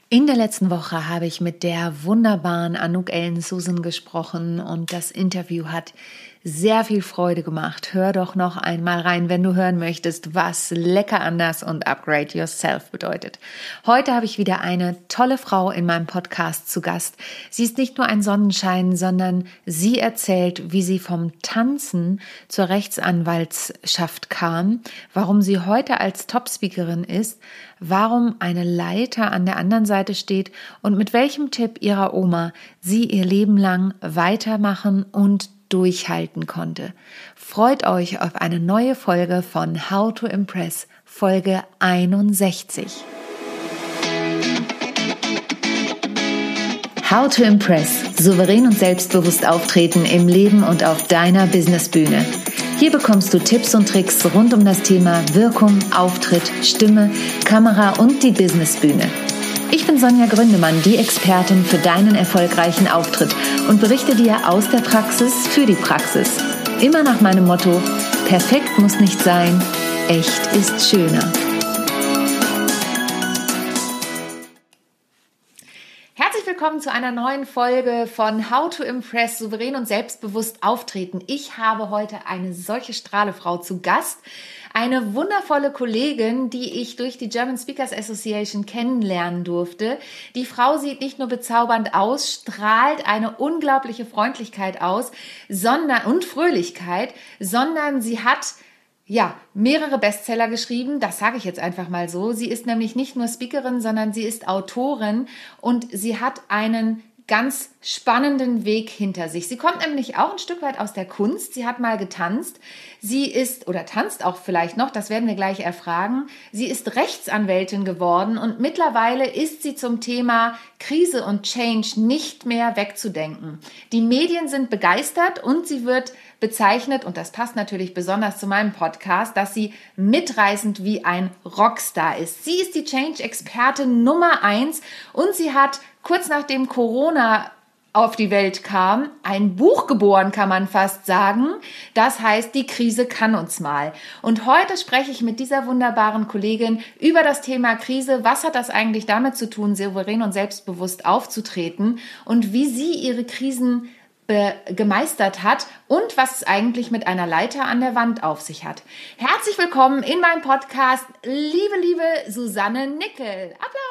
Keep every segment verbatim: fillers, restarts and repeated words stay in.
In der letzten Woche habe ich mit der wunderbaren Anouk Ellen Susan gesprochen und das Interview hat sehr viel Freude gemacht. Hör doch noch einmal rein, wenn du hören möchtest, was lecker anders und Upgrade Yourself bedeutet. Heute habe ich wieder eine tolle Frau in meinem Podcast zu Gast. Sie ist nicht nur ein Sonnenschein, sondern sie erzählt, wie sie vom Tanzen zur Rechtsanwaltschaft kam, warum sie heute als Top-Speakerin ist, warum eine Leiter an der anderen Seite steht und mit welchem Tipp ihrer Oma sie ihr Leben lang weitermachen und durchhalten konnte. Freut euch auf eine neue Folge von How to Impress, Folge einundsechzig. How to Impress, souverän und selbstbewusst auftreten im Leben und auf deiner Businessbühne. Hier bekommst du Tipps und Tricks rund um das Thema Wirkung, Auftritt, Stimme, Kamera und die Businessbühne. Ich bin Sonja Gründemann, die Expertin für deinen erfolgreichen Auftritt und berichte dir aus der Praxis für die Praxis. Immer nach meinem Motto: Perfekt muss nicht sein, echt ist schöner. Herzlich willkommen zu einer neuen Folge von How to Impress, souverän und selbstbewusst auftreten. Ich habe heute eine solche Strahlefrau zu Gast. Eine wundervolle Kollegin, die ich durch die German Speakers Association kennenlernen durfte. Die Frau sieht nicht nur bezaubernd aus, strahlt eine unglaubliche Freundlichkeit aus, sondern und Fröhlichkeit, sondern sie hat ja mehrere Bestseller geschrieben. Das sage ich jetzt einfach mal so. Sie ist nämlich nicht nur Speakerin, sondern sie ist Autorin und sie hat einen ganz spannenden Weg hinter sich. Sie kommt nämlich auch ein Stück weit aus der Kunst. Sie hat mal getanzt. Sie ist oder tanzt auch vielleicht noch, das werden wir gleich erfragen. Sie ist Rechtsanwältin geworden und mittlerweile ist sie zum Thema Krise und Change nicht mehr wegzudenken. Die Medien sind begeistert und sie wird bezeichnet, und das passt natürlich besonders zu meinem Podcast, dass sie mitreißend wie ein Rockstar ist. Sie ist die Change-Expertin Nummer eins und sie hat kurz nachdem Corona auf die Welt kam, ein Buch geboren, kann man fast sagen. Das heißt, die Krise kann uns mal. Und heute spreche ich mit dieser wunderbaren Kollegin über das Thema Krise. Was hat das eigentlich damit zu tun, souverän und selbstbewusst aufzutreten und wie sie ihre Krisen gemeistert hat und was es eigentlich mit einer Leiter an der Wand auf sich hat. Herzlich willkommen in meinem Podcast, liebe, liebe Susanne Nickel. Applaus!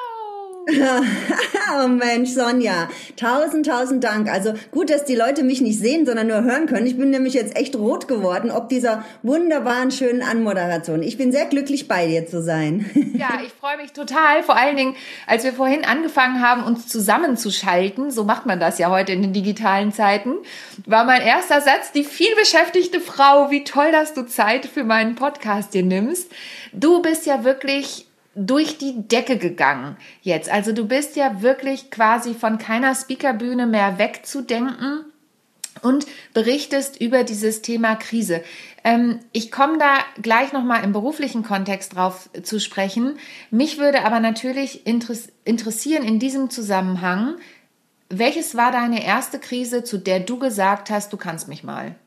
Oh Mensch, Sonja, tausend, tausend Dank. Also gut, dass die Leute mich nicht sehen, sondern nur hören können. Ich bin nämlich jetzt echt rot geworden, ob dieser wunderbaren, schönen Anmoderation. Ich bin sehr glücklich, bei dir zu sein. Ja, ich freue mich total. Vor allen Dingen, als wir vorhin angefangen haben, uns zusammenzuschalten, so macht man das ja heute in den digitalen Zeiten, war mein erster Satz: die vielbeschäftigte Frau, wie toll, dass du Zeit für meinen Podcast dir nimmst. Du bist ja wirklich durch die Decke gegangen jetzt. Also du bist ja wirklich quasi von keiner Speakerbühne mehr wegzudenken und berichtest über dieses Thema Krise. Ähm, ich komme da gleich nochmal im beruflichen Kontext drauf zu sprechen. Mich würde aber natürlich interessieren in diesem Zusammenhang, welches war deine erste Krise, zu der du gesagt hast, du kannst mich mal?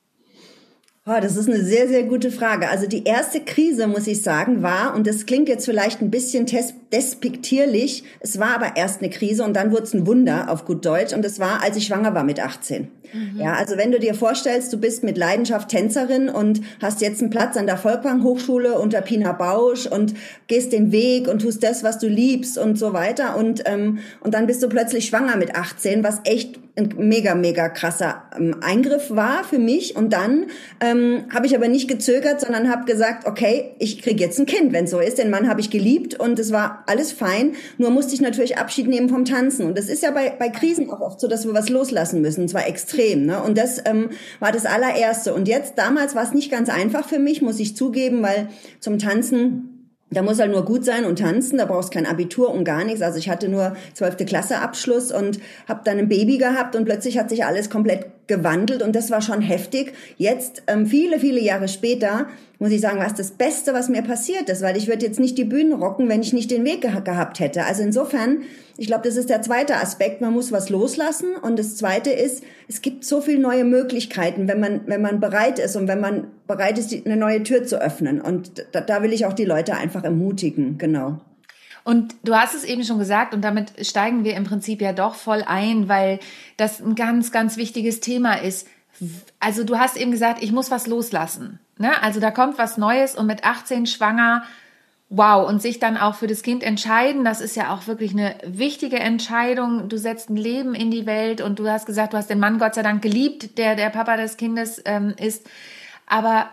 Oh, das ist eine sehr, sehr gute Frage. Also die erste Krise, muss ich sagen, war, und das klingt jetzt vielleicht ein bisschen despektierlich, es war aber erst eine Krise und dann wurde es ein Wunder auf gut Deutsch, und das war, als ich schwanger war mit achtzehn. Mhm. Ja, also wenn du dir vorstellst, du bist mit Leidenschaft Tänzerin und hast jetzt einen Platz an der Volkwang Hochschule unter Pina Bausch und gehst den Weg und tust das, was du liebst und so weiter, und ähm, und dann bist du plötzlich schwanger mit achtzehn, was echt ein mega, mega krasser ähm, Eingriff war für mich. Und dann ähm, habe ich aber nicht gezögert, sondern habe gesagt, okay, ich kriege jetzt ein Kind, wenn es so ist. Den Mann habe ich geliebt und es war alles fein. Nur musste ich natürlich Abschied nehmen vom Tanzen. Und das ist ja bei bei Krisen auch oft so, dass wir was loslassen müssen. Und zwar extrem. Ne? Und das ähm, war das allererste. Und jetzt, damals war es nicht ganz einfach für mich, muss ich zugeben, weil zum Tanzen, da muss halt nur gut sein und tanzen, da brauchst kein Abitur und gar nichts. Also ich hatte nur zwölfte Klasse Abschluss und habe dann ein Baby gehabt und plötzlich hat sich alles komplett gewandelt und das war schon heftig. Jetzt, ähm, viele, viele Jahre später, muss ich sagen, war es das Beste, was mir passiert ist, weil ich würde jetzt nicht die Bühnen rocken, wenn ich nicht den Weg ge- gehabt hätte. Also insofern, ich glaube, das ist der zweite Aspekt, man muss was loslassen, und das zweite ist, es gibt so viele neue Möglichkeiten, wenn man wenn man bereit ist und wenn man bereit ist, die, eine neue Tür zu öffnen, und da, da will ich auch die Leute einfach ermutigen, genau. Und du hast es eben schon gesagt und damit steigen wir im Prinzip ja doch voll ein, weil das ein ganz, ganz wichtiges Thema ist. Also du hast eben gesagt, ich muss was loslassen. Ne? Also da kommt was Neues und mit achtzehn schwanger, wow, und sich dann auch für das Kind entscheiden, das ist ja auch wirklich eine wichtige Entscheidung. Du setzt ein Leben in die Welt und du hast gesagt, du hast den Mann Gott sei Dank geliebt, der der Papa des Kindes ähm, ist. Aber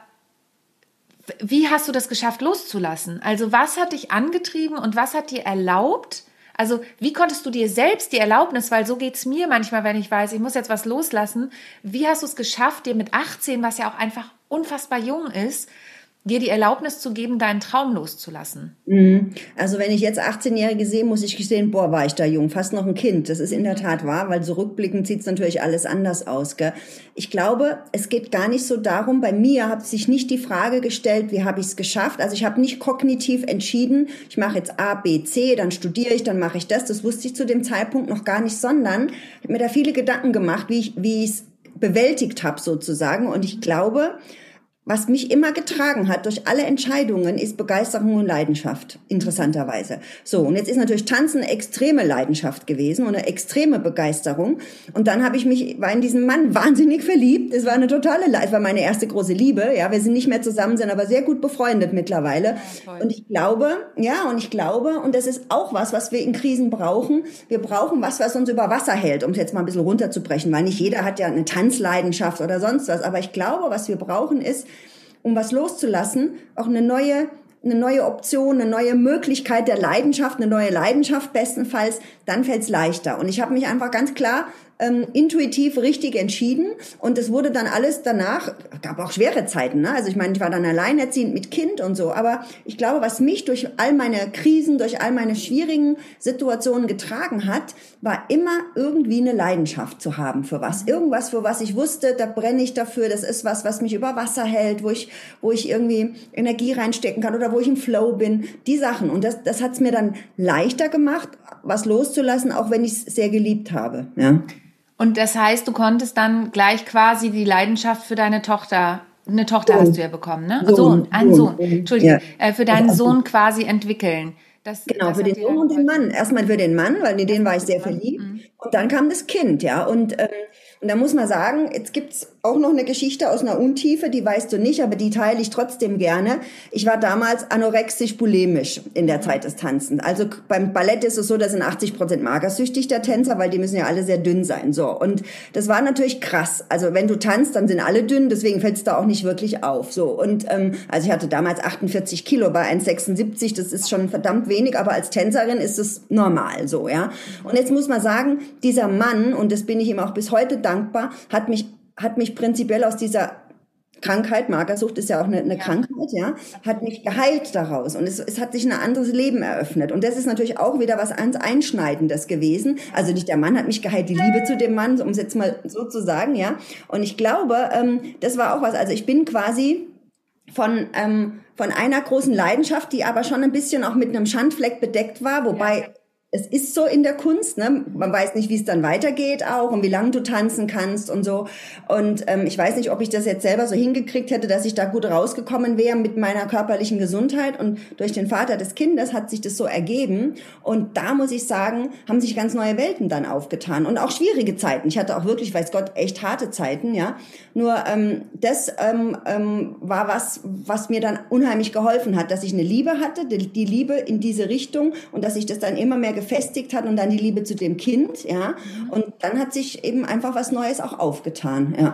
wie hast du das geschafft, loszulassen? Also was hat dich angetrieben und was hat dir erlaubt? Also wie konntest du dir selbst die Erlaubnis, weil so geht's mir manchmal, wenn ich weiß, ich muss jetzt was loslassen. Wie hast du es geschafft, dir mit achtzehn, was ja auch einfach unfassbar jung ist, dir die Erlaubnis zu geben, deinen Traum loszulassen? Also wenn ich jetzt achtzehnjährige sehe, muss ich gestehen, boah, war ich da jung, fast noch ein Kind. Das ist in der Tat wahr, weil so rückblickend sieht es natürlich alles anders aus. Gell? Ich glaube, es geht gar nicht so darum, bei mir hat sich nicht die Frage gestellt, wie habe ich es geschafft. Also ich habe nicht kognitiv entschieden, ich mache jetzt A, B, C, dann studiere ich, dann mache ich das. Das wusste ich zu dem Zeitpunkt noch gar nicht, sondern ich habe mir da viele Gedanken gemacht, wie ich wie ich es bewältigt habe sozusagen. Und ich glaube, was mich immer getragen hat durch alle Entscheidungen, ist Begeisterung und Leidenschaft, interessanterweise. So, und jetzt ist natürlich Tanzen eine extreme Leidenschaft gewesen und eine extreme Begeisterung. Und dann habe ich mich, war in diesen Mann wahnsinnig verliebt. Es war eine totale, es war meine erste große Liebe. Ja, wir sind nicht mehr zusammen, sind aber sehr gut befreundet mittlerweile. Ja, und ich glaube, ja, und ich glaube, und das ist auch was, was wir in Krisen brauchen. Wir brauchen was, was uns über Wasser hält, um es jetzt mal ein bisschen runterzubrechen, weil nicht jeder hat ja eine Tanzleidenschaft oder sonst was. Aber ich glaube, was wir brauchen ist, um was loszulassen, auch eine neue, eine neue Option, eine neue Möglichkeit der Leidenschaft, eine neue Leidenschaft bestenfalls, dann fällt es leichter. Und ich habe mich einfach ganz klar ähm, intuitiv richtig entschieden und es wurde dann alles danach, gab auch schwere Zeiten, ne? Also ich meine, ich war dann alleinerziehend mit Kind und so, aber ich glaube, was mich durch all meine Krisen, durch all meine schwierigen Situationen getragen hat, war immer irgendwie eine Leidenschaft zu haben für was. Irgendwas, für was ich wusste, da brenne ich dafür, das ist was, was mich über Wasser hält, wo ich, wo ich irgendwie Energie reinstecken kann oder wo ich im Flow bin, die Sachen. Und das, das hat es mir dann leichter gemacht, was loszulassen, auch wenn ich es sehr geliebt habe, ja. Und das heißt, du konntest dann gleich quasi die Leidenschaft für deine Tochter, eine Tochter Sohn. hast du ja bekommen, ne? Sohn, Sohn, einen Sohn. Sohn, Entschuldigung, Ja. äh, für deinen Sohn quasi entwickeln. Das, Genau, das für den Sohn und den Mann. Erstmal für den Mann, weil in den war ich sehr verliebt. Und dann kam das Kind, ja. Und, ähm, und da muss man sagen, jetzt gibt's auch noch eine Geschichte aus einer Untiefe, die weißt du nicht, aber die teile ich trotzdem gerne. Ich war damals anorexisch-bulimisch in der Zeit des Tanzens. Also beim Ballett ist es so, das sind achtzig Prozent magersüchtig, der Tänzer, weil die müssen ja alle sehr dünn sein. So. Und das war natürlich krass. Also wenn du tanzt, dann sind alle dünn, deswegen fällt es da auch nicht wirklich auf. So. Und ähm, also ich hatte damals achtundvierzig Kilo bei eins Komma sechsundsiebzig, das ist schon verdammt wenig, aber als Tänzerin ist es normal so, ja. Und jetzt muss man sagen, dieser Mann, und das bin ich ihm auch bis heute dankbar, hat mich hat mich prinzipiell aus dieser Krankheit, Magersucht ist ja auch eine, eine ja. Krankheit, ja, hat mich geheilt daraus und es, es hat sich ein anderes Leben eröffnet und das ist natürlich auch wieder was ganz Einschneidendes gewesen, also nicht der Mann hat mich geheilt, die Liebe zu dem Mann, um es jetzt mal so zu sagen, ja, und ich glaube, ähm, das war auch was, also ich bin quasi von ähm, von einer großen Leidenschaft, die aber schon ein bisschen auch mit einem Schandfleck bedeckt war, wobei ja. Es ist so in der Kunst, ne? Man weiß nicht, wie es dann weitergeht auch und wie lange du tanzen kannst und so. Und ähm, ich weiß nicht, ob ich das jetzt selber so hingekriegt hätte, dass ich da gut rausgekommen wäre mit meiner körperlichen Gesundheit. Und durch den Vater des Kindes hat sich das so ergeben. Und da muss ich sagen, haben sich ganz neue Welten dann aufgetan und auch schwierige Zeiten. Ich hatte auch wirklich, weiß Gott, echt harte Zeiten, ja. Nur ähm, das ähm, ähm, war was, was mir dann unheimlich geholfen hat, dass ich eine Liebe hatte, die, die Liebe in diese Richtung und dass ich das dann immer mehr gefestigt hat und dann die Liebe zu dem Kind, ja. Und dann hat sich eben einfach was Neues auch aufgetan, ja.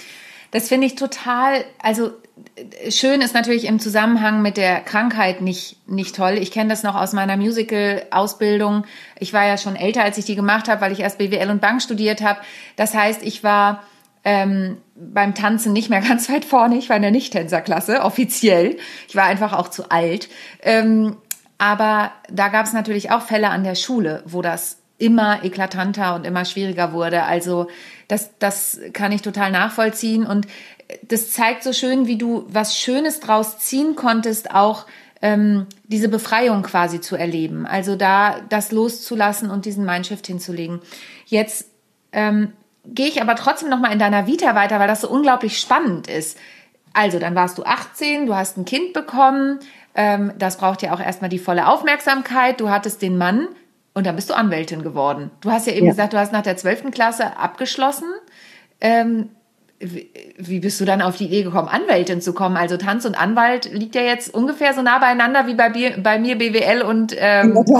Das finde ich total, also schön ist natürlich im Zusammenhang mit der Krankheit nicht, nicht toll. Ich kenne das noch aus meiner Musical-Ausbildung. Ich war ja schon älter, als ich die gemacht habe, weil ich erst B W L und Bank studiert habe. Das heißt, ich war ähm, beim Tanzen nicht mehr ganz weit vorne. Ich war in der Nicht-Tänzerklasse, offiziell. Ich war einfach auch zu alt. Ähm, Aber da gab es natürlich auch Fälle an der Schule, wo das immer eklatanter und immer schwieriger wurde. Also das, das kann ich total nachvollziehen. Und das zeigt so schön, wie du was Schönes draus ziehen konntest, auch ähm, diese Befreiung quasi zu erleben. Also da das loszulassen und diesen Mindshift hinzulegen. Jetzt ähm, gehe ich aber trotzdem nochmal in deiner Vita weiter, weil das so unglaublich spannend ist. Also dann warst du achtzehn, du hast ein Kind bekommen. Ähm, das braucht ja auch erstmal die volle Aufmerksamkeit. Du hattest den Mann und dann bist du Anwältin geworden. Du hast ja eben ja. gesagt, du hast nach der zwölften Klasse abgeschlossen. Ähm, wie, wie bist du dann auf die Idee gekommen, Anwältin zu kommen? Also Tanz und Anwalt liegt ja jetzt ungefähr so nah beieinander wie bei, bei mir B W L und, ähm, und,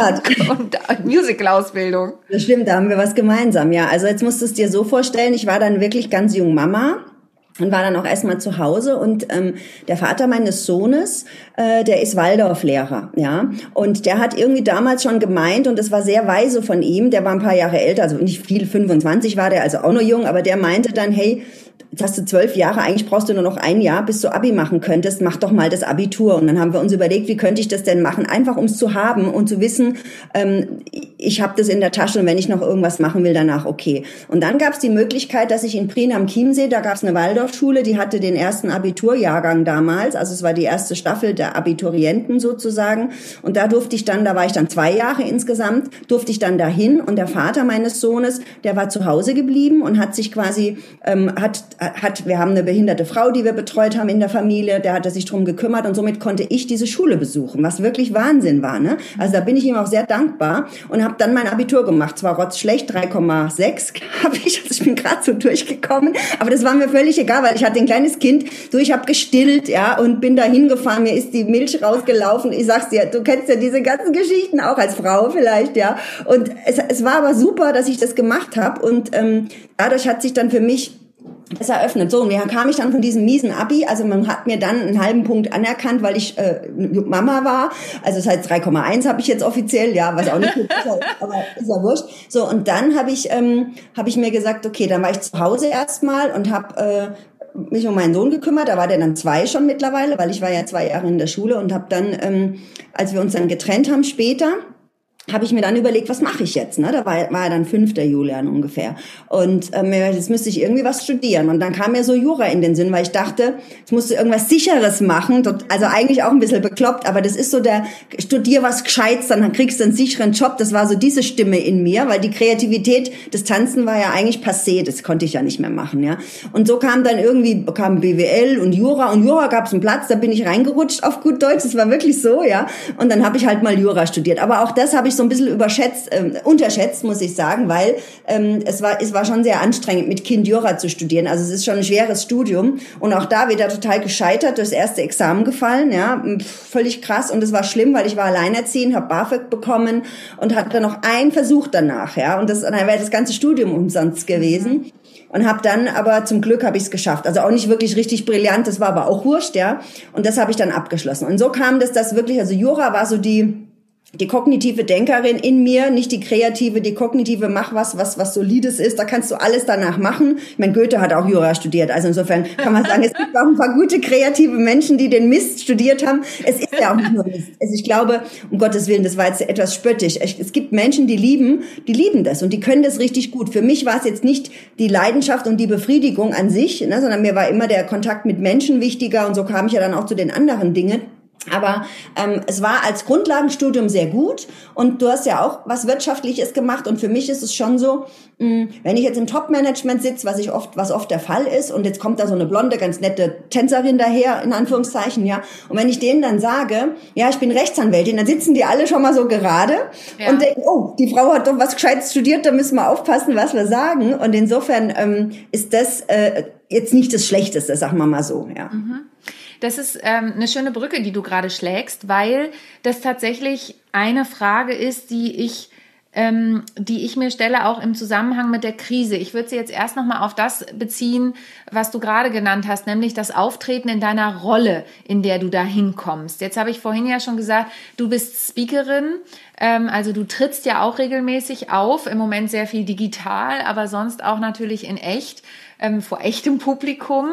und Musical-Ausbildung. Das stimmt, da haben wir was gemeinsam, ja. Also jetzt musst du es dir so vorstellen, ich war dann wirklich ganz jung Mama. Und war dann auch erstmal zu Hause und ähm, der Vater meines Sohnes, äh, der ist Waldorflehrer, ja, und der hat irgendwie damals schon gemeint, und das war sehr weise von ihm, der war ein paar Jahre älter, also nicht viel, fünfundzwanzig war der, also auch noch jung, aber der meinte dann, hey, jetzt hast du zwölf Jahre, eigentlich brauchst du nur noch ein Jahr, bis du Abi machen könntest, mach doch mal das Abitur. Und dann haben wir uns überlegt, wie könnte ich das denn machen, einfach um es zu haben und zu wissen, ähm, ich habe das in der Tasche und wenn ich noch irgendwas machen will, danach okay. Und dann gab es die Möglichkeit, dass ich in Prien am Chiemsee, da gab es eine Waldorfschule, die hatte den ersten Abiturjahrgang damals, also es war die erste Staffel der Abiturienten sozusagen. Und da durfte ich dann, da war ich dann zwei Jahre insgesamt, durfte ich dann dahin und der Vater meines Sohnes, der war zu Hause geblieben und hat sich quasi, ähm, hat hat, wir haben eine behinderte Frau, die wir betreut haben in der Familie, der hatte sich drum gekümmert und somit konnte ich diese Schule besuchen, was wirklich Wahnsinn war, ne? Also da bin ich ihm auch sehr dankbar und habe dann mein Abitur gemacht, zwar rotzschlecht, drei Komma sechs habe ich, also ich bin gerade so durchgekommen, aber das war mir völlig egal, weil ich hatte ein kleines Kind, so ich habe gestillt, ja, und bin da hingefahren, mir ist die Milch rausgelaufen, ich sag's dir, du kennst ja diese ganzen Geschichten auch als Frau vielleicht, ja, und es, es war aber super, dass ich das gemacht habe und ähm, dadurch hat sich dann für mich das eröffnet. So, und wie kam ich dann von diesem miesen Abi? Also man hat mir dann einen halben Punkt anerkannt, weil ich äh, Mama war. Also das heißt drei Komma eins habe ich jetzt offiziell, ja, was auch nicht gut ist, aber ist ja wurscht. So, und dann habe ich ähm, habe ich mir gesagt, okay, dann war ich zu Hause erstmal und habe äh, mich um meinen Sohn gekümmert. Da war der dann zwei schon mittlerweile, weil ich war ja zwei Jahre in der Schule und habe dann, ähm, als wir uns dann getrennt haben später, habe ich mir dann überlegt, was mache ich jetzt? Ne? Da war, war er dann fünfter Julian ungefähr. Und ähm, jetzt müsste ich irgendwie was studieren. Und dann kam mir so Jura in den Sinn, weil ich dachte, ich musste irgendwas Sicheres machen. Also eigentlich auch ein bisschen bekloppt, aber das ist so der, studier was Gescheites, dann kriegst du einen sicheren Job. Das war so diese Stimme in mir, weil die Kreativität des Tanzen war ja eigentlich passé. Das konnte ich ja nicht mehr machen. Ja. Und so kam dann irgendwie, kam B W L und Jura. Und Jura gab es einen Platz, da bin ich reingerutscht auf gut Deutsch. Das war wirklich so, ja. Und dann habe ich halt mal Jura studiert. Aber auch das habe ich so ein bisschen überschätzt, äh, unterschätzt, muss ich sagen, weil ähm, es war es war schon sehr anstrengend, mit Kind Jura zu studieren. Also es ist schon ein schweres Studium und auch da wieder total gescheitert, durchs erste Examen gefallen, ja, pff, völlig krass und es war schlimm, weil ich war alleinerziehend, habe BAföG bekommen und hatte dann noch einen Versuch danach, ja, und das dann wäre das ganze Studium umsonst gewesen. Und habe dann, aber zum Glück habe ich es geschafft. Also auch nicht wirklich richtig brillant, das war aber auch wurscht, ja. Und das habe ich dann abgeschlossen. Und so kam das, das wirklich, also Jura war so die die kognitive Denkerin in mir, nicht die kreative, die kognitive, mach was, was was Solides ist, da kannst du alles danach machen. Ich meine, Goethe hat auch Jura studiert, also insofern kann man sagen, es gibt auch ein paar gute kreative Menschen, die den Mist studiert haben. Es ist ja auch nicht nur Mist. Also ich glaube, um Gottes Willen, das war jetzt etwas spöttisch. Es gibt Menschen, die lieben, die lieben das und die können das richtig gut. Für mich war es jetzt nicht die Leidenschaft und die Befriedigung an sich, ne, sondern mir war immer der Kontakt mit Menschen wichtiger und so kam ich ja dann auch zu den anderen Dingen. Aber ähm, es war als Grundlagenstudium sehr gut und du hast ja auch was Wirtschaftliches gemacht und für mich ist es schon so, mh, wenn ich jetzt im Top-Management sitze, was ich oft, was oft der Fall ist und jetzt kommt da so eine blonde, ganz nette Tänzerin daher, in Anführungszeichen, ja, und wenn ich denen dann sage, ja, ich bin Rechtsanwältin, dann sitzen die alle schon mal so gerade ja. und denken, oh, die Frau hat doch was Gescheites studiert, da müssen wir aufpassen, was wir sagen und insofern ähm, ist das äh, jetzt nicht das Schlechteste, sagen wir mal so, ja. Mhm. Das ist ähm, eine schöne Brücke, die du gerade schlägst, weil das tatsächlich eine Frage ist, die ich, ähm, die ich mir stelle, auch im Zusammenhang mit der Krise. Ich würde sie jetzt erst nochmal auf das beziehen, was du gerade genannt hast, nämlich das Auftreten in deiner Rolle, in der du da hinkommst. Jetzt habe ich vorhin ja schon gesagt, du bist Speakerin, ähm, also du trittst ja auch regelmäßig auf, im Moment sehr viel digital, aber sonst auch natürlich in echt, ähm, vor echtem Publikum.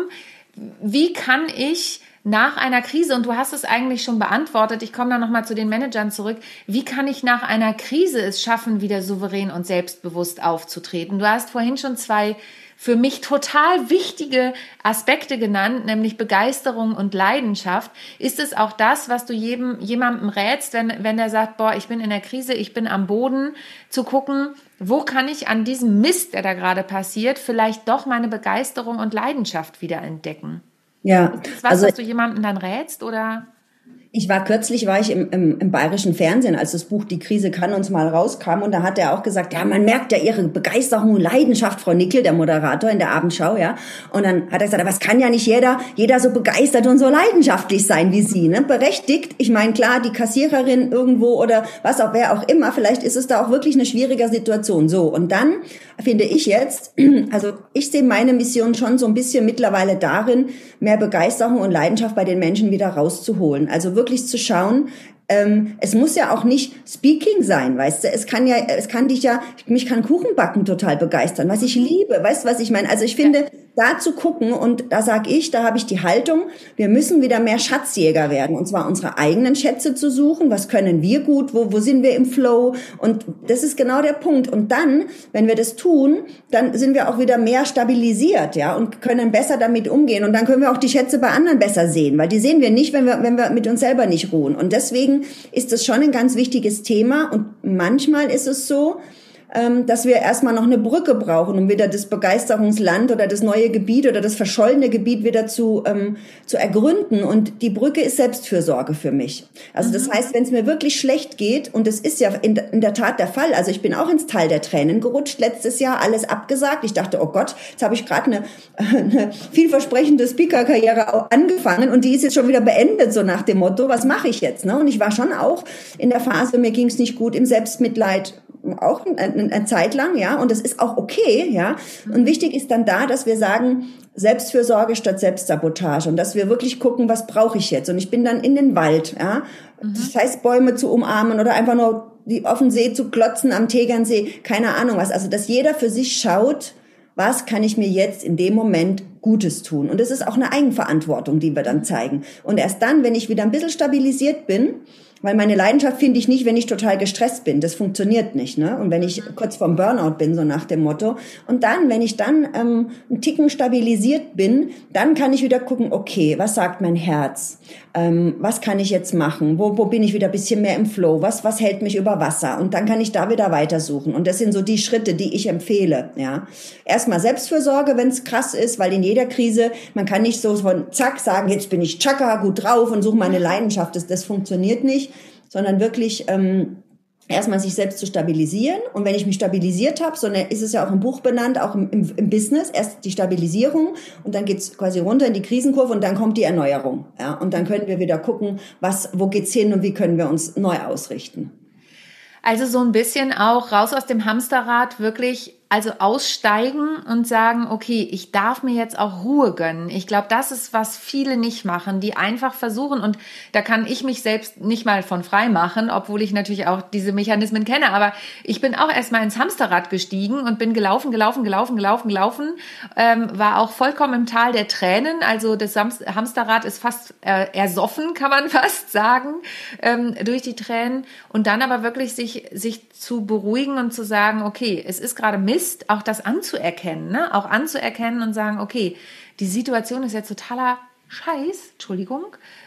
Wie kann ich nach einer Krise, und du hast es eigentlich schon beantwortet, ich komme da nochmal zu den Managern zurück, wie kann ich nach einer Krise es schaffen, wieder souverän und selbstbewusst aufzutreten? Du hast vorhin schon zwei für mich total wichtige Aspekte genannt, nämlich Begeisterung und Leidenschaft. Ist es auch das, was du jedem, jemandem rätst, wenn, wenn der sagt, boah, ich bin in der Krise, ich bin am Boden, zu gucken, wo kann ich an diesem Mist, der da gerade passiert, vielleicht doch meine Begeisterung und Leidenschaft wieder entdecken? Ja, ist das was, also, was du jemandem dann rätst, oder? Ich war kürzlich, war ich im, im, im bayerischen Fernsehen, als das Buch Die Krise kann uns mal rauskam. Und da hat er auch gesagt, ja, man merkt ja ihre Begeisterung und Leidenschaft, Frau Nickel, der Moderator in der Abendschau, ja. Und dann hat er gesagt, aber es kann ja nicht jeder, jeder so begeistert und so leidenschaftlich sein wie Sie, ne? Berechtigt. Ich meine, klar, die Kassiererin irgendwo oder was auch, wer auch immer, vielleicht ist es da auch wirklich eine schwierige Situation. So. Und dann finde ich jetzt, also ich sehe meine Mission schon so ein bisschen mittlerweile darin, mehr Begeisterung und Leidenschaft bei den Menschen wieder rauszuholen. Also wirklich wirklich zu schauen, ähm, es muss ja auch nicht Speaking sein, weißt du, es kann ja, es kann dich ja, mich kann Kuchenbacken total begeistern, was ich liebe, weißt du, was ich meine, also ich finde, da zu gucken und da sag ich, da habe ich die Haltung, wir müssen wieder mehr Schatzjäger werden und zwar unsere eigenen Schätze zu suchen, was können wir gut, wo, wo sind wir im Flow und das ist genau der Punkt und dann, wenn wir das tun, dann sind wir auch wieder mehr stabilisiert, ja, und können besser damit umgehen und dann können wir auch die Schätze bei anderen besser sehen, weil die sehen wir nicht, wenn wir, wenn wir mit uns selber nicht ruhen und deswegen ist das schon ein ganz wichtiges Thema und manchmal ist es so, dass wir erstmal noch eine Brücke brauchen, um wieder das Begeisterungsland oder das neue Gebiet oder das verschollene Gebiet wieder zu ähm, zu ergründen. Und die Brücke ist Selbstfürsorge für mich. Also das heißt, wenn es mir wirklich schlecht geht, und das ist ja in, in der Tat der Fall, also ich bin auch ins Tal der Tränen gerutscht, letztes Jahr alles abgesagt. Ich dachte, oh Gott, jetzt habe ich gerade eine, eine vielversprechende Speaker-Karriere angefangen und die ist jetzt schon wieder beendet, so nach dem Motto, was mache ich jetzt? Ne? Und ich war schon auch in der Phase, mir ging es nicht gut, im Selbstmitleid, auch eine, eine Zeit lang, ja, und das ist auch okay, ja. Und wichtig ist dann da, dass wir sagen, Selbstfürsorge statt Selbstsabotage und dass wir wirklich gucken, was brauche ich jetzt? Und ich bin dann in den Wald, ja. Mhm. Das heißt, Bäume zu umarmen oder einfach nur die auf den See zu glotzen am Tegernsee, keine Ahnung was. Also, dass jeder für sich schaut, was kann ich mir jetzt in dem Moment Gutes tun? Und das ist auch eine Eigenverantwortung, die wir dann zeigen. Und erst dann, wenn ich wieder ein bisschen stabilisiert bin, weil meine Leidenschaft finde ich nicht, wenn ich total gestresst bin. Das funktioniert nicht, ne? Und wenn ich kurz vorm Burnout bin, so nach dem Motto. Und dann, wenn ich dann ähm, einen Ticken stabilisiert bin, dann kann ich wieder gucken, okay, was sagt mein Herz? Ähm, was kann ich jetzt machen? Wo, wo bin ich wieder ein bisschen mehr im Flow? Was, was hält mich über Wasser? Und dann kann ich da wieder weitersuchen. Und das sind so die Schritte, die ich empfehle, ja. Erstmal Selbstfürsorge, wenn es krass ist, weil in jeder Krise, man kann nicht so von zack sagen, jetzt bin ich tschakka, gut drauf und suche meine Leidenschaft. Das, das funktioniert nicht. Sondern wirklich ähm, erstmal sich selbst zu stabilisieren. Und wenn ich mich stabilisiert habe, so eine, ist es ja auch im Buch benannt, auch im, im, im Business, erst die Stabilisierung und dann geht's quasi runter in die Krisenkurve und dann kommt die Erneuerung. Ja? Und dann können wir wieder gucken, was, wo geht's hin und wie können wir uns neu ausrichten. Also so ein bisschen auch raus aus dem Hamsterrad, wirklich also aussteigen und sagen, okay, ich darf mir jetzt auch Ruhe gönnen. Ich glaube, das ist, was viele nicht machen, die einfach versuchen, und da kann ich mich selbst nicht mal von frei machen, obwohl ich natürlich auch diese Mechanismen kenne, aber ich bin auch erstmal ins Hamsterrad gestiegen und bin gelaufen, gelaufen, gelaufen, gelaufen, gelaufen, ähm, war auch vollkommen im Tal der Tränen, also das Hamsterrad ist fast äh, ersoffen, kann man fast sagen, ähm, durch die Tränen, und dann aber wirklich sich, sich zu beruhigen und zu sagen, okay, es ist gerade Mist, auch das anzuerkennen, ne? Auch anzuerkennen und sagen, okay, die Situation ist jetzt totaler Scheiß, Entschuldigung,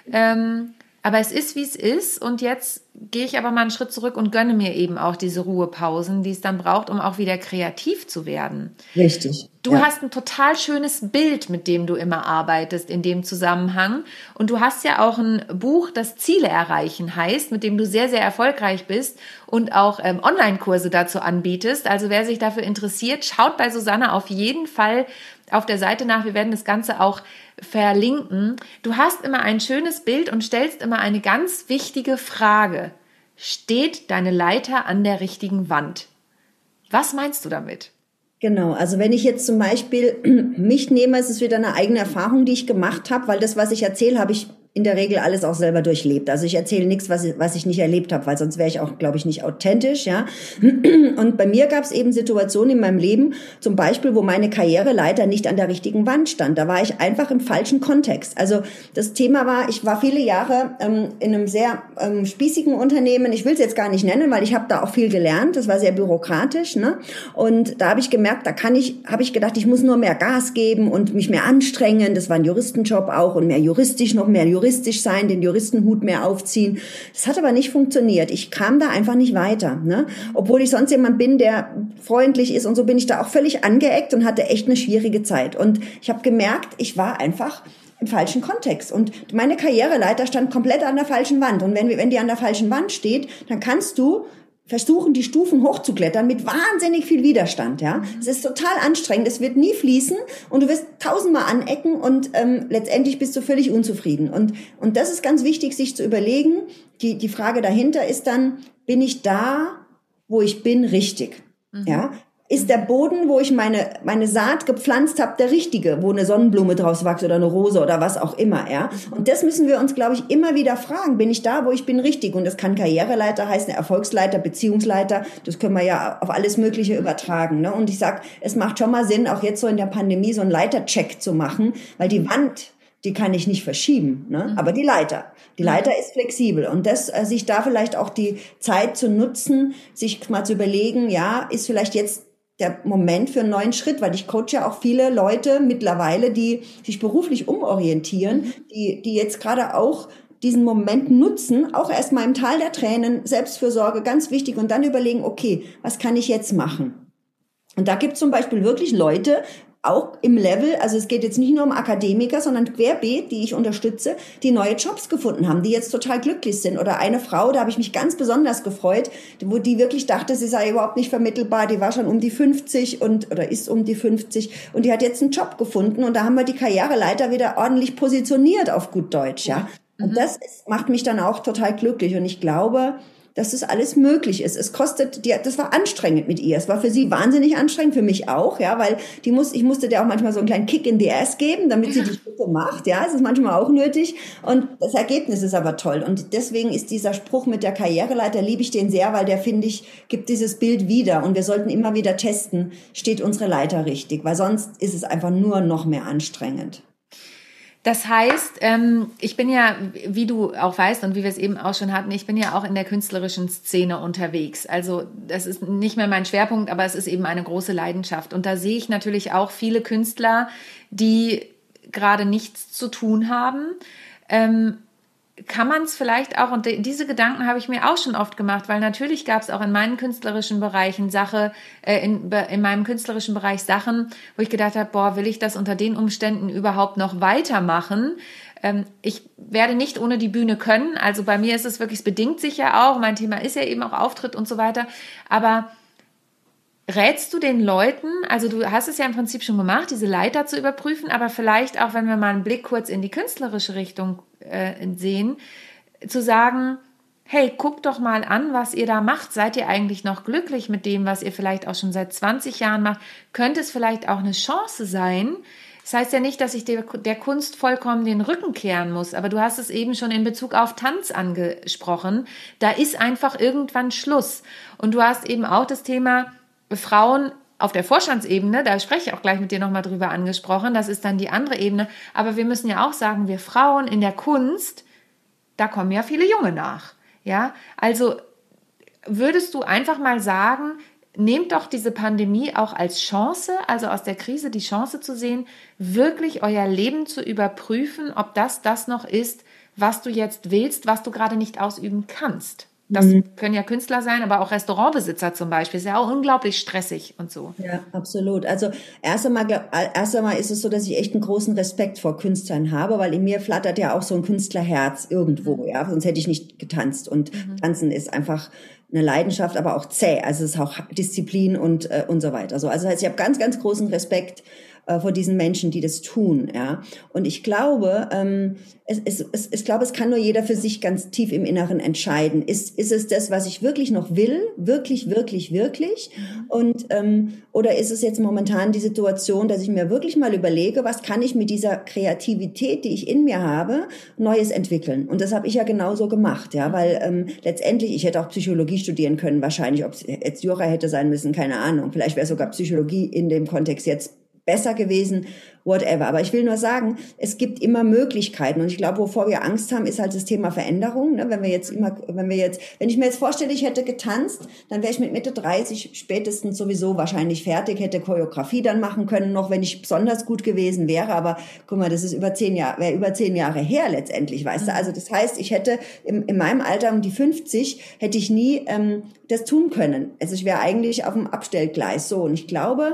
ähm, aber es ist, wie es ist, und jetzt gehe ich aber mal einen Schritt zurück und gönne mir eben auch diese Ruhepausen, die es dann braucht, um auch wieder kreativ zu werden. Richtig. Du ja. hast ein total schönes Bild, mit dem du immer arbeitest in dem Zusammenhang, und du hast ja auch ein Buch, das Ziele erreichen heißt, mit dem du sehr, sehr erfolgreich bist und auch ähm, Online-Kurse dazu anbietest. Also wer sich dafür interessiert, schaut bei Susanne auf jeden Fall auf der Seite nach. Wir werden das Ganze auch verlinken. Du hast immer ein schönes Bild und stellst immer eine ganz wichtige Frage. Steht deine Leiter an der richtigen Wand? Was meinst du damit? Genau, also wenn ich jetzt zum Beispiel mich nehme, ist es wieder eine eigene Erfahrung, die ich gemacht habe, weil das, was ich erzähle, habe ich in der Regel alles auch selber durchlebt. Also ich erzähle nichts, was ich, was ich nicht erlebt habe, weil sonst wäre ich auch, glaube ich, nicht authentisch, ja. Und bei mir gab es eben Situationen in meinem Leben, zum Beispiel, wo meine Karriereleiter nicht an der richtigen Wand stand. Da war ich einfach im falschen Kontext. Also das Thema war, ich war viele Jahre ähm, in einem sehr ähm, spießigen Unternehmen. Ich will es jetzt gar nicht nennen, weil ich habe da auch viel gelernt. Das war sehr bürokratisch, ne? Und da habe ich gemerkt, da kann ich, habe ich gedacht, ich muss nur mehr Gas geben und mich mehr anstrengen. Das war ein Juristenjob auch und mehr juristisch, noch mehr juristisch sein, den Juristenhut mehr aufziehen. Das hat aber nicht funktioniert. Ich kam da einfach nicht weiter, ne? Obwohl ich sonst jemand bin, der freundlich ist und so, bin ich da auch völlig angeeckt und hatte echt eine schwierige Zeit. Und ich habe gemerkt, ich war einfach im falschen Kontext. Und meine Karriereleiter stand komplett an der falschen Wand. Und wenn, wenn die an der falschen Wand steht, dann kannst du versuchen, die Stufen hochzuklettern mit wahnsinnig viel Widerstand, ja. Es ist total anstrengend, es wird nie fließen und du wirst tausendmal anecken und ähm, letztendlich bist du völlig unzufrieden. Und und das ist ganz wichtig, sich zu überlegen. Die die Frage dahinter ist dann, bin ich da, wo ich bin, richtig? Mhm. Ja. Ist der Boden, wo ich meine meine Saat gepflanzt habe, der richtige, wo eine Sonnenblume draus wächst oder eine Rose oder was auch immer, ja? Und das müssen wir uns, glaube ich, immer wieder fragen. Bin ich da, wo ich bin, richtig? Und das kann Karriereleiter heißen, Erfolgsleiter, Beziehungsleiter. Das können wir ja auf alles Mögliche übertragen, ne? Und ich sag, es macht schon mal Sinn, auch jetzt so in der Pandemie so einen Leitercheck zu machen, weil die Wand, die kann ich nicht verschieben, ne? Aber die Leiter, die Leiter ist flexibel und das, äh, sich da vielleicht auch die Zeit zu nutzen, sich mal zu überlegen, ja, ist vielleicht jetzt der Moment für einen neuen Schritt, weil ich coache ja auch viele Leute mittlerweile, die sich beruflich umorientieren, die, die jetzt gerade auch diesen Moment nutzen, auch erstmal im Tal der Tränen, Selbstfürsorge, ganz wichtig, und dann überlegen, okay, was kann ich jetzt machen? Und da gibt es zum Beispiel wirklich Leute, auch im Level, also es geht jetzt nicht nur um Akademiker, sondern querbeet, die ich unterstütze, die neue Jobs gefunden haben, die jetzt total glücklich sind. Oder eine Frau, da habe ich mich ganz besonders gefreut, wo die wirklich dachte, sie sei überhaupt nicht vermittelbar, die war schon um die fünfzig und oder ist um die fünfzig und die hat jetzt einen Job gefunden und da haben wir die Karriereleiter wieder ordentlich positioniert auf gut Deutsch, ja. Und das ist, macht mich dann auch total glücklich und ich glaube, dass das alles möglich ist. Es kostet, die, das war anstrengend mit ihr. Es war für sie wahnsinnig anstrengend, für mich auch, ja, weil die muss, ich musste der auch manchmal so einen kleinen Kick in die Ass geben, damit sie die Schritte macht, ja, es ist manchmal auch nötig und das Ergebnis ist aber toll und deswegen ist dieser Spruch mit der Karriereleiter, liebe ich den sehr, weil der, finde ich, gibt dieses Bild wieder und wir sollten immer wieder testen, steht unsere Leiter richtig, weil sonst ist es einfach nur noch mehr anstrengend. Das heißt, ähm, ich bin ja, wie du auch weißt und wie wir es eben auch schon hatten, ich bin ja auch in der künstlerischen Szene unterwegs. Also das ist nicht mehr mein Schwerpunkt, aber es ist eben eine große Leidenschaft. Und da sehe ich natürlich auch viele Künstler, die gerade nichts zu tun haben. Ähm, kann man es vielleicht auch, und diese Gedanken habe ich mir auch schon oft gemacht, weil natürlich gab es auch in meinen künstlerischen Bereichen Sache, äh, in, in meinem künstlerischen Bereich Sachen, wo ich gedacht habe, boah, will ich das unter den Umständen überhaupt noch weitermachen? Ähm, ich werde nicht ohne die Bühne können, also bei mir ist es wirklich, es bedingt sich ja auch, mein Thema ist ja eben auch Auftritt und so weiter, aber rätst du den Leuten, also du hast es ja im Prinzip schon gemacht, diese Leiter zu überprüfen, aber vielleicht auch, wenn wir mal einen Blick kurz in die künstlerische Richtung äh, sehen, zu sagen, hey, guckt doch mal an, was ihr da macht. Seid ihr eigentlich noch glücklich mit dem, was ihr vielleicht auch schon seit zwanzig Jahren macht? Könnte es vielleicht auch eine Chance sein? Das heißt ja nicht, dass ich der, der Kunst vollkommen den Rücken kehren muss, aber du hast es eben schon in Bezug auf Tanz angesprochen. Da ist einfach irgendwann Schluss. Und du hast eben auch das Thema Frauen auf der Vorstandsebene, da spreche ich auch gleich mit dir nochmal drüber angesprochen, das ist dann die andere Ebene, aber wir müssen ja auch sagen, wir Frauen in der Kunst, da kommen ja viele Junge nach, ja, also würdest du einfach mal sagen, nehmt doch diese Pandemie auch als Chance, also aus der Krise die Chance zu sehen, wirklich euer Leben zu überprüfen, ob das das noch ist, was du jetzt willst, was du gerade nicht ausüben kannst. Das mhm. können ja Künstler sein, aber auch Restaurantbesitzer zum Beispiel. Ist ja auch unglaublich stressig und so. Ja, absolut. Also erst einmal, erst einmal ist es so, dass ich echt einen großen Respekt vor Künstlern habe, weil in mir flattert ja auch so ein Künstlerherz irgendwo, ja. Sonst hätte ich nicht getanzt. Und mhm. Tanzen ist einfach eine Leidenschaft, aber auch zäh. Also es ist auch Disziplin und äh, und so weiter. So, also das heißt, ich habe ganz, ganz großen Respekt äh, vor diesen Menschen, die das tun, ja. Und ich glaube, ähm, es, es, es, ich glaube, es kann nur jeder für sich ganz tief im Inneren entscheiden. Ist, ist es das, was ich wirklich noch will? Wirklich, wirklich, wirklich? Und, ähm, oder ist es jetzt momentan die Situation, dass ich mir wirklich mal überlege, was kann ich mit dieser Kreativität, die ich in mir habe, Neues entwickeln? Und das habe ich ja genauso gemacht, ja, weil ähm, letztendlich, ich hätte auch Psychologie studieren können, wahrscheinlich, ob es jetzt Jura hätte sein müssen, keine Ahnung. Vielleicht wäre sogar Psychologie in dem Kontext jetzt besser gewesen, whatever. Aber ich will nur sagen, es gibt immer Möglichkeiten. Und ich glaube, wovor wir Angst haben, ist halt das Thema Veränderung. Ne? Wenn wir jetzt immer, wenn wir jetzt, wenn ich mir jetzt vorstelle, ich hätte getanzt, dann wäre ich mit Mitte dreißig spätestens sowieso wahrscheinlich fertig, hätte Choreografie dann machen können, noch wenn ich besonders gut gewesen wäre. Aber guck mal, das ist über zehn Jahre, wäre über zehn Jahre her letztendlich, weißt du. Also das heißt, ich hätte im, in meinem Alter um die fünfzig hätte ich nie ähm, das tun können. Also ich wäre eigentlich auf dem Abstellgleis. So, und ich glaube,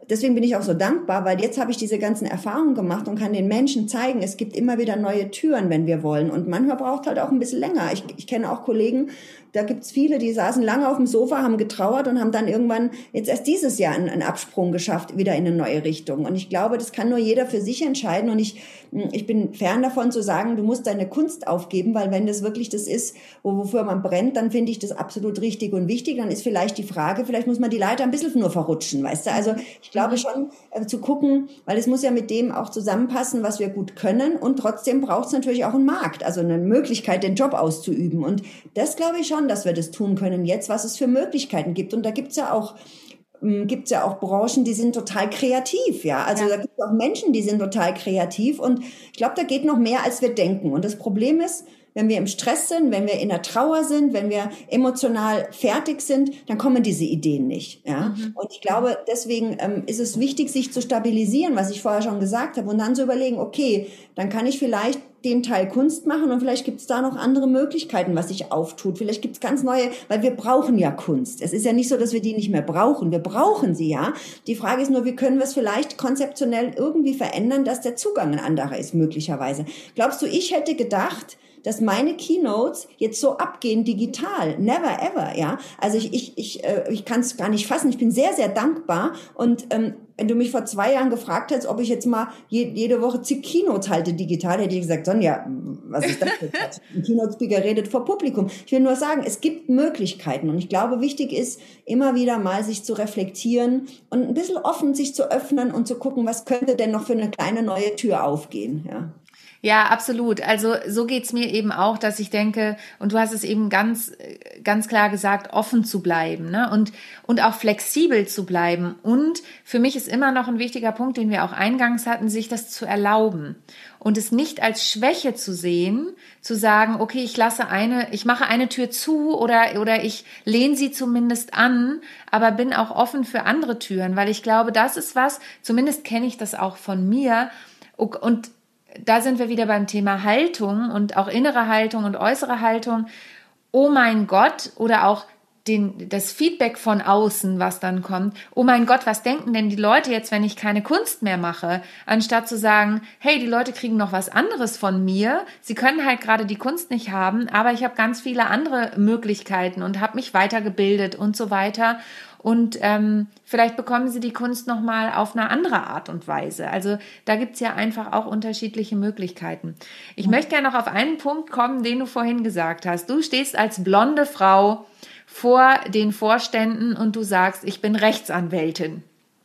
deswegen bin ich auch so dankbar, weil jetzt habe ich diese ganzen Erfahrungen gemacht und kann den Menschen zeigen, es gibt immer wieder neue Türen, wenn wir wollen. Und manchmal braucht halt auch ein bisschen länger. Ich, ich kenne auch Kollegen, da gibt's viele, die saßen lange auf dem Sofa, haben getrauert und haben dann irgendwann jetzt erst dieses Jahr einen, einen Absprung geschafft, wieder in eine neue Richtung. Und ich glaube, das kann nur jeder für sich entscheiden. Und ich, ich bin fern davon zu sagen, du musst deine Kunst aufgeben, weil wenn das wirklich das ist, wofür man brennt, dann finde ich das absolut richtig und wichtig. Dann ist vielleicht die Frage, vielleicht muss man die Leiter ein bisschen nur verrutschen, weißt du? Also ich glaube schon äh, zu gucken, weil es muss ja mit dem auch zusammenpassen, was wir gut können. Und trotzdem braucht es natürlich auch einen Markt, also eine Möglichkeit, den Job auszuüben. Und das glaube ich schon, dass wir das tun können jetzt, was es für Möglichkeiten gibt. Und da gibt's ja auch gibt's ja auch Branchen, die sind total kreativ, ja. Also ja. Da gibt's auch Menschen, die sind total kreativ. Und ich glaube, da geht noch mehr, als wir denken. Und das Problem ist, wenn wir im Stress sind, wenn wir in der Trauer sind, wenn wir emotional fertig sind, dann kommen diese Ideen nicht. Ja? Mhm. Und ich glaube, deswegen ähm, ist es wichtig, sich zu stabilisieren, was ich vorher schon gesagt habe, und dann zu überlegen, okay, dann kann ich vielleicht den Teil Kunst machen und vielleicht gibt es da noch andere Möglichkeiten, was sich auftut. Vielleicht gibt es ganz neue, weil wir brauchen ja Kunst. Es ist ja nicht so, dass wir die nicht mehr brauchen. Wir brauchen sie ja. Die Frage ist nur, wie können wir es vielleicht konzeptionell irgendwie verändern, dass der Zugang ein anderer ist, möglicherweise. Glaubst du, ich hätte gedacht, dass meine Keynotes jetzt so abgehen digital. Never ever, ja. Also ich ich ich äh, ich kann es gar nicht fassen. Ich bin sehr sehr dankbar. Und ähm, wenn du mich vor zwei Jahren gefragt hättest, ob ich jetzt mal je, jede Woche zig Keynotes halte digital, hätte ich gesagt, Sonja, was ist das jetzt? Ein Keynote-Speaker redet vor Publikum. Ich will nur sagen, es gibt Möglichkeiten. Und ich glaube, wichtig ist, immer wieder mal sich zu reflektieren und ein bisschen offen sich zu öffnen und zu gucken, was könnte denn noch für eine kleine neue Tür aufgehen, ja. Ja, absolut. Also so geht's mir eben auch, dass ich denke, und du hast es eben ganz ganz klar gesagt, offen zu bleiben, ne? Und und auch flexibel zu bleiben. Und für mich ist immer noch ein wichtiger Punkt, den wir auch eingangs hatten, sich das zu erlauben und es nicht als Schwäche zu sehen, zu sagen, okay, ich lasse eine, ich mache eine Tür zu oder oder ich lehne sie zumindest an, aber bin auch offen für andere Türen, weil ich glaube, das ist was, zumindest kenne ich das auch von mir. Und da sind wir wieder beim Thema Haltung und auch innere Haltung und äußere Haltung. Oh mein Gott, oder auch den, das Feedback von außen, was dann kommt. Oh mein Gott, was denken denn die Leute jetzt, wenn ich keine Kunst mehr mache? Anstatt zu sagen, hey, die Leute kriegen noch was anderes von mir. Sie können halt gerade die Kunst nicht haben, aber ich habe ganz viele andere Möglichkeiten und habe mich weitergebildet und so weiter. Und ähm, vielleicht bekommen sie die Kunst nochmal auf eine andere Art und Weise. Also da gibt's ja einfach auch unterschiedliche Möglichkeiten. Ich ja. möchte gerne noch auf einen Punkt kommen, den du vorhin gesagt hast. Du stehst als blonde Frau vor den Vorständen und du sagst, ich bin Rechtsanwältin.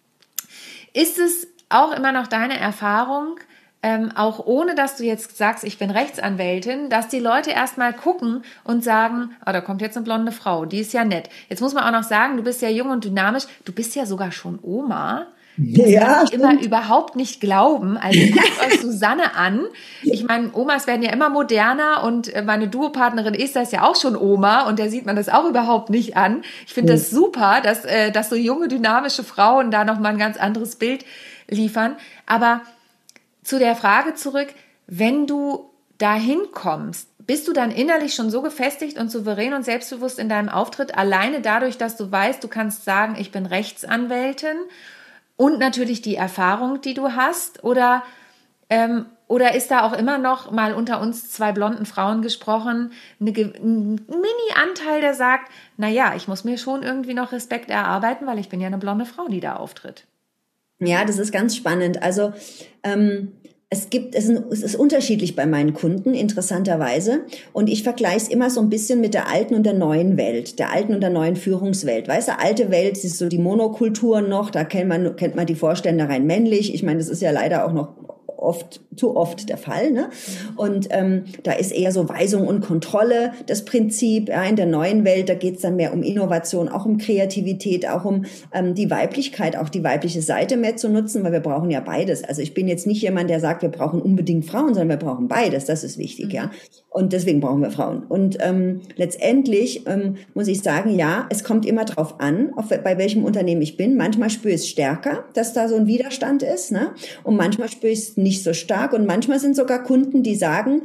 Ist es auch immer noch deine Erfahrung, Ähm, auch ohne, dass du jetzt sagst, ich bin Rechtsanwältin, dass die Leute erstmal gucken und sagen, oh, da kommt jetzt eine blonde Frau, die ist ja nett. Jetzt muss man auch noch sagen, du bist ja jung und dynamisch, du bist ja sogar schon Oma. Das ja, kann ich immer überhaupt nicht glauben. Also guckt euch Susanne an. Ich meine, Omas werden ja immer moderner und meine Duopartnerin Esther ist ja auch schon Oma und der sieht man das auch überhaupt nicht an. Ich finde das super, dass, dass so junge, dynamische Frauen da nochmal ein ganz anderes Bild liefern. Aber zu der Frage zurück, wenn du dahin kommst, bist du dann innerlich schon so gefestigt und souverän und selbstbewusst in deinem Auftritt, alleine dadurch, dass du weißt, du kannst sagen, ich bin Rechtsanwältin und natürlich die Erfahrung, die du hast, oder, ähm, oder ist da auch immer noch, mal unter uns zwei blonden Frauen gesprochen, eine, ein Mini-Anteil, der sagt, naja, ich muss mir schon irgendwie noch Respekt erarbeiten, weil ich bin ja eine blonde Frau, die da auftritt. Ja, das ist ganz spannend. Also ähm, es gibt, es ist, es ist unterschiedlich bei meinen Kunden, interessanterweise. Und ich vergleiche es immer so ein bisschen mit der alten und der neuen Welt, der alten und der neuen Führungswelt. Weißt du, alte Welt ist so die Monokultur noch, da kennt man, kennt man die Vorstände rein männlich. Ich meine, das ist ja leider auch noch oft, zu oft der Fall, ne? Und ähm, da ist eher so Weisung und Kontrolle das Prinzip. Ja, in der neuen Welt, da geht's dann mehr um Innovation, auch um Kreativität, auch um ähm, die Weiblichkeit, auch die weibliche Seite mehr zu nutzen, weil wir brauchen ja beides. Also ich bin jetzt nicht jemand, der sagt, wir brauchen unbedingt Frauen, sondern wir brauchen beides. Das ist wichtig, mhm. ja. Und deswegen brauchen wir Frauen. Und ähm, letztendlich ähm, muss ich sagen, ja, es kommt immer drauf an, auf, bei welchem Unternehmen ich bin. Manchmal spüre ich es stärker, dass da so ein Widerstand ist, ne? Und manchmal spüre ich es nicht so stark. Und manchmal sind sogar Kunden, die sagen,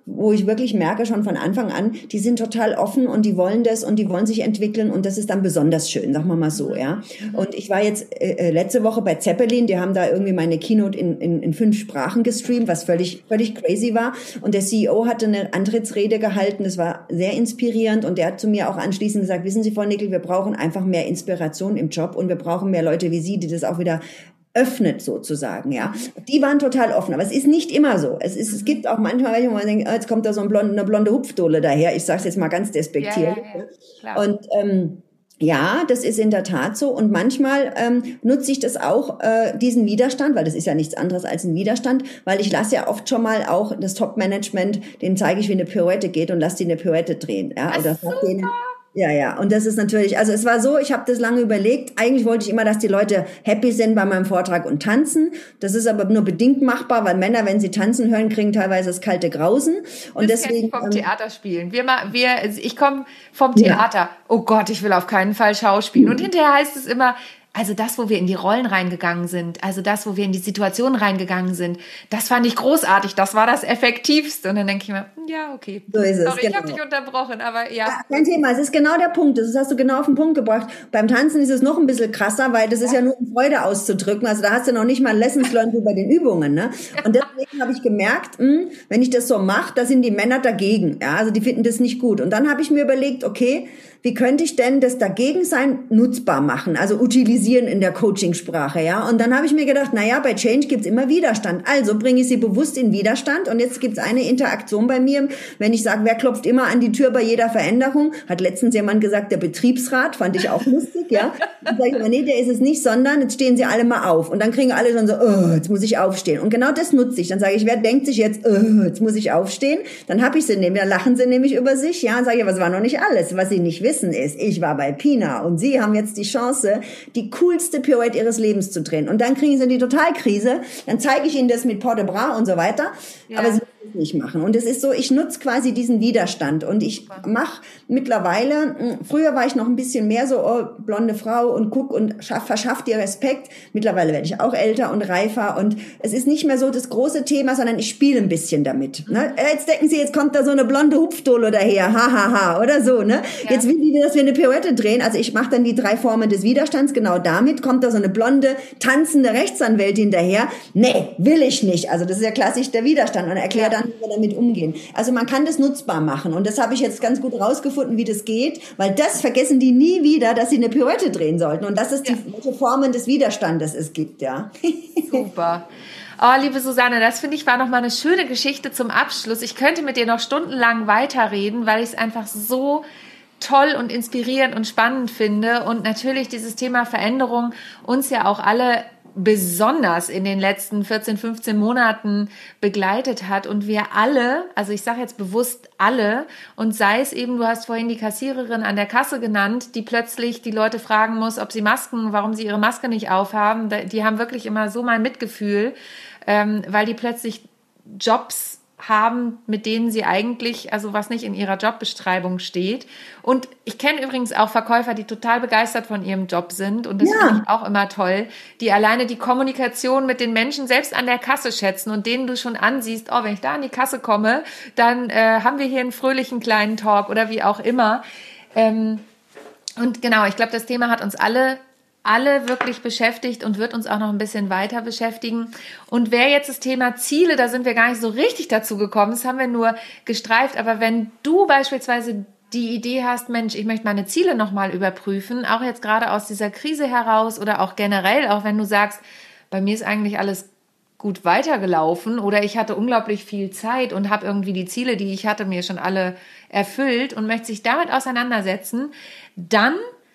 wo ich wirklich merke schon von Anfang an, die sind total offen und die wollen das und die wollen sich entwickeln und das ist dann besonders schön, sagen wir mal so, ja. Und ich war jetzt äh, letzte Woche bei Zeppelin, die haben da irgendwie meine Keynote in, in, in fünf Sprachen gestreamt, was völlig, völlig crazy war. Und der C E O hatte eine Antrittsrede gehalten, das war sehr inspirierend und der hat zu mir auch anschließend gesagt, wissen Sie, Frau Nickel, wir brauchen einfach mehr Inspiration im Job und wir brauchen mehr Leute wie Sie, die das auch wieder öffnet sozusagen, ja. Die waren total offen, aber es ist nicht immer so. Es ist, es gibt auch manchmal welche, wo man denkt, oh, jetzt kommt da so ein blond, eine blonde Hupfdohle daher. Ich sage es jetzt mal ganz despektierlich. Ja, ja, ja, und ähm, ja, das ist in der Tat so. Und manchmal ähm, nutze ich das auch, äh, diesen Widerstand, weil das ist ja nichts anderes als ein Widerstand, weil ich lasse ja oft schon mal auch das Top-Management, denen zeige ich, wie eine Pirouette geht und lasse die eine Pirouette drehen. Ja, Ach, oder super. denen, ja, ja. Und das ist natürlich, also es war so, ich habe das lange überlegt. Eigentlich wollte ich immer, dass die Leute happy sind bei meinem Vortrag und tanzen. Das ist aber nur bedingt machbar, weil Männer, wenn sie tanzen hören, kriegen teilweise das kalte Grausen. Und das deswegen vom ähm, Theater spielen. Wir, wir, ich komme vom Theater. Ja. Oh Gott, ich will auf keinen Fall schauspielen. Und hinterher heißt es immer, also das, wo wir in die Rollen reingegangen sind, also das, wo wir in die Situation reingegangen sind, das fand ich großartig, das war das Effektivste. Und dann denke ich mir, ja, okay. So ist es. Sorry, genau. ich habe dich unterbrochen, aber ja. ja. Kein Thema, es ist genau der Punkt, das hast du genau auf den Punkt gebracht. Beim Tanzen ist es noch ein bisschen krasser, weil das ist ja, ja nur um Freude auszudrücken, also da hast du noch nicht mal Lessons learned über den Übungen, ne? Und deswegen habe ich gemerkt, mh, wenn ich das so mache, da sind die Männer dagegen, ja, also die finden das nicht gut. Und dann habe ich mir überlegt, okay, wie könnte ich denn das Dagegensein nutzbar machen, also utilisieren in der Coachingsprache, ja? Und dann habe ich mir gedacht, na ja, bei Change gibt's immer Widerstand. Also bringe ich sie bewusst in Widerstand. Und jetzt gibt's eine Interaktion bei mir, wenn ich sage, wer klopft immer an die Tür bei jeder Veränderung? Hat letztens jemand gesagt, der Betriebsrat, fand ich auch lustig, ja? Dann sage ich aber, nee, der ist es nicht, sondern jetzt stehen sie alle mal auf. Und dann kriegen alle schon so, oh, jetzt muss ich aufstehen. Und genau das nutze ich. Dann sage ich, wer denkt sich jetzt, oh, jetzt muss ich aufstehen? Dann habe ich sie nämlich, dann lachen sie nämlich über sich, ja? Und sage ich, aber es war noch nicht alles, was sie nicht wissen ist, ich war bei Pina und sie haben jetzt die Chance, die coolste Pirouette ihres Lebens zu drehen. Und dann kriegen sie die Totalkrise, dann zeige ich ihnen das mit Port de Bras und so weiter, ja. Aber sie müssen es nicht machen. Und es ist so, ich nutze quasi diesen Widerstand und ich mache mittlerweile, früher war ich noch ein bisschen mehr so, oh, blonde Frau und guck und schaff, verschaff dir Respekt. Mittlerweile werde ich auch älter und reifer und es ist nicht mehr so das große Thema, sondern ich spiele ein bisschen damit. Ne? Jetzt denken sie, jetzt kommt da so eine blonde Hupfdohle daher, ha, ha, ha, oder so, ne? Ja. Jetzt will die, dass wir eine Pirouette drehen. Also ich mache dann die drei Formen des Widerstands. Genau damit kommt da so eine blonde, tanzende Rechtsanwältin daher. Nee, will ich nicht. Also das ist ja klassisch der Widerstand und erkläre dann, wie wir damit umgehen. Also man kann das nutzbar machen und das habe ich jetzt ganz gut rausgefunden, wie das geht, weil das vergessen die nie wieder, dass sie eine Pirouette drehen sollten und das ist die, ja. welche Formen des Widerstandes es gibt, ja. Super. Oh, liebe Susanne, das finde ich war noch mal eine schöne Geschichte zum Abschluss. Ich könnte mit dir noch stundenlang weiterreden, weil ich es einfach so toll und inspirierend und spannend finde und natürlich dieses Thema Veränderung uns ja auch alle besonders in den letzten vierzehn, fünfzehn Monaten begleitet hat und wir alle, also ich sage jetzt bewusst alle und sei es eben, du hast vorhin die Kassiererin an der Kasse genannt, die plötzlich die Leute fragen muss, ob sie Masken, warum sie ihre Maske nicht aufhaben, die haben wirklich immer so mein Mitgefühl, ähm, weil die plötzlich Jobs haben, mit denen sie eigentlich, also was nicht in ihrer Jobbeschreibung steht. Und ich kenne übrigens auch Verkäufer, die total begeistert von ihrem Job sind und das ja. finde ich auch immer toll, die alleine die Kommunikation mit den Menschen selbst an der Kasse schätzen und denen du schon ansiehst, oh, wenn ich da an die Kasse komme, dann äh, haben wir hier einen fröhlichen kleinen Talk oder wie auch immer. Ähm, und genau, ich glaube, das Thema hat uns alle alle wirklich beschäftigt und wird uns auch noch ein bisschen weiter beschäftigen. Und wer jetzt das Thema Ziele, da sind wir gar nicht so richtig dazu gekommen, das haben wir nur gestreift, aber wenn du beispielsweise die Idee hast, Mensch, ich möchte meine Ziele nochmal überprüfen, auch jetzt gerade aus dieser Krise heraus oder auch generell, auch wenn du sagst, bei mir ist eigentlich alles gut weitergelaufen oder ich hatte unglaublich viel Zeit und habe irgendwie die Ziele, die ich hatte, mir schon alle erfüllt und möchte sich damit auseinandersetzen, dann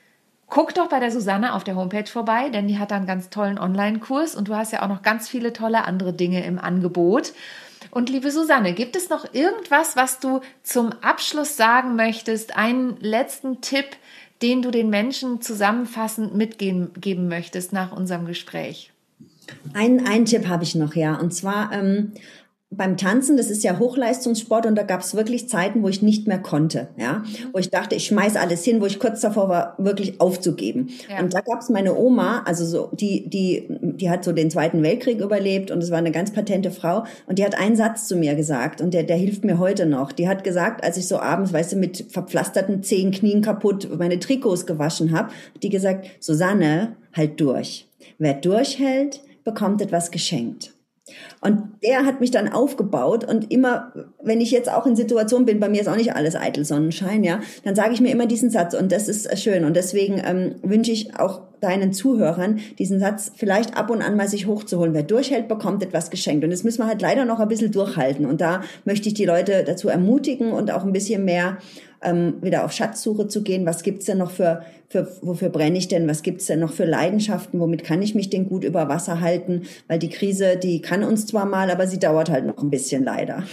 guck doch bei der Susanne auf der Homepage vorbei, denn die hat da einen ganz tollen Online-Kurs und du hast ja auch noch ganz viele tolle andere Dinge im Angebot. Und liebe Susanne, gibt es noch irgendwas, was du zum Abschluss sagen möchtest, einen letzten Tipp, den du den Menschen zusammenfassend mitgeben geben möchtest nach unserem Gespräch? Einen, einen Tipp habe ich noch, ja, und zwar ähm, beim Tanzen, das ist ja Hochleistungssport und da gab es wirklich Zeiten, wo ich nicht mehr konnte, ja, wo ich dachte, ich schmeiß alles hin, wo ich kurz davor war, wirklich aufzugeben. Ja. Und da gab es meine Oma, also so die die die hat so den Zweiten Weltkrieg überlebt und es war eine ganz patente Frau und die hat einen Satz zu mir gesagt und der der hilft mir heute noch. Die hat gesagt, als ich so abends, weißt du, mit verpflasterten Zehen, Knien kaputt meine Trikots gewaschen habe, die gesagt, Susanne, halt durch. Wer durchhält, bekommt etwas geschenkt. Und der hat mich dann aufgebaut und immer, wenn ich jetzt auch in Situationen bin, bei mir ist auch nicht alles eitel Sonnenschein, ja, dann sage ich mir immer diesen Satz und das ist schön und deswegen ähm, wünsche ich auch deinen Zuhörern, diesen Satz vielleicht ab und an mal sich hochzuholen. Wer durchhält, bekommt etwas geschenkt und das müssen wir halt leider noch ein bisschen durchhalten und da möchte ich die Leute dazu ermutigen und auch ein bisschen mehr ähm, wieder auf Schatzsuche zu gehen. Was gibt's denn noch für, für wofür brenne ich denn? Was gibt's denn noch für Leidenschaften? Womit kann ich mich denn gut über Wasser halten? Weil die Krise, die kann uns zwar mal, aber sie dauert halt noch ein bisschen leider.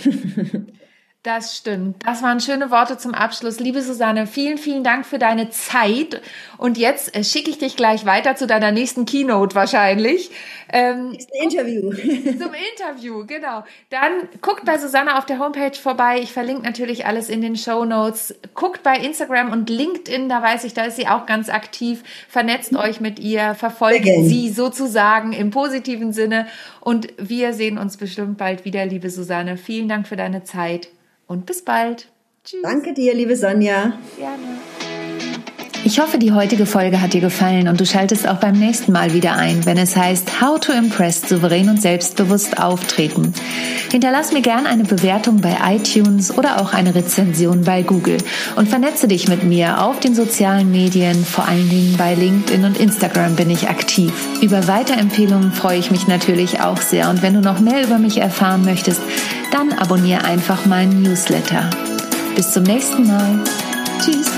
Das stimmt. Das waren schöne Worte zum Abschluss. Liebe Susanne, vielen, vielen Dank für deine Zeit. Und jetzt äh, schicke ich dich gleich weiter zu deiner nächsten Keynote wahrscheinlich. Ähm, Interview. Zum Interview, genau. Dann guckt bei Susanne auf der Homepage vorbei. Ich verlinke natürlich alles in den Shownotes. Guckt bei Instagram und LinkedIn, da weiß ich, da ist sie auch ganz aktiv. Vernetzt euch mit ihr, verfolgt sie sozusagen im positiven Sinne. Und wir sehen uns bestimmt bald wieder, liebe Susanne. Vielen Dank für deine Zeit. Und bis bald. Tschüss. Danke dir, liebe Sonja. Gerne. Ich hoffe, die heutige Folge hat dir gefallen und du schaltest auch beim nächsten Mal wieder ein, wenn es heißt How to Impress, souverän und selbstbewusst auftreten. Hinterlass mir gern eine Bewertung bei iTunes oder auch eine Rezension bei Google und vernetze dich mit mir auf den sozialen Medien, vor allen Dingen bei LinkedIn und Instagram bin ich aktiv. Über Weiterempfehlungen freue ich mich natürlich auch sehr und wenn du noch mehr über mich erfahren möchtest, dann abonniere einfach meinen Newsletter. Bis zum nächsten Mal. Tschüss.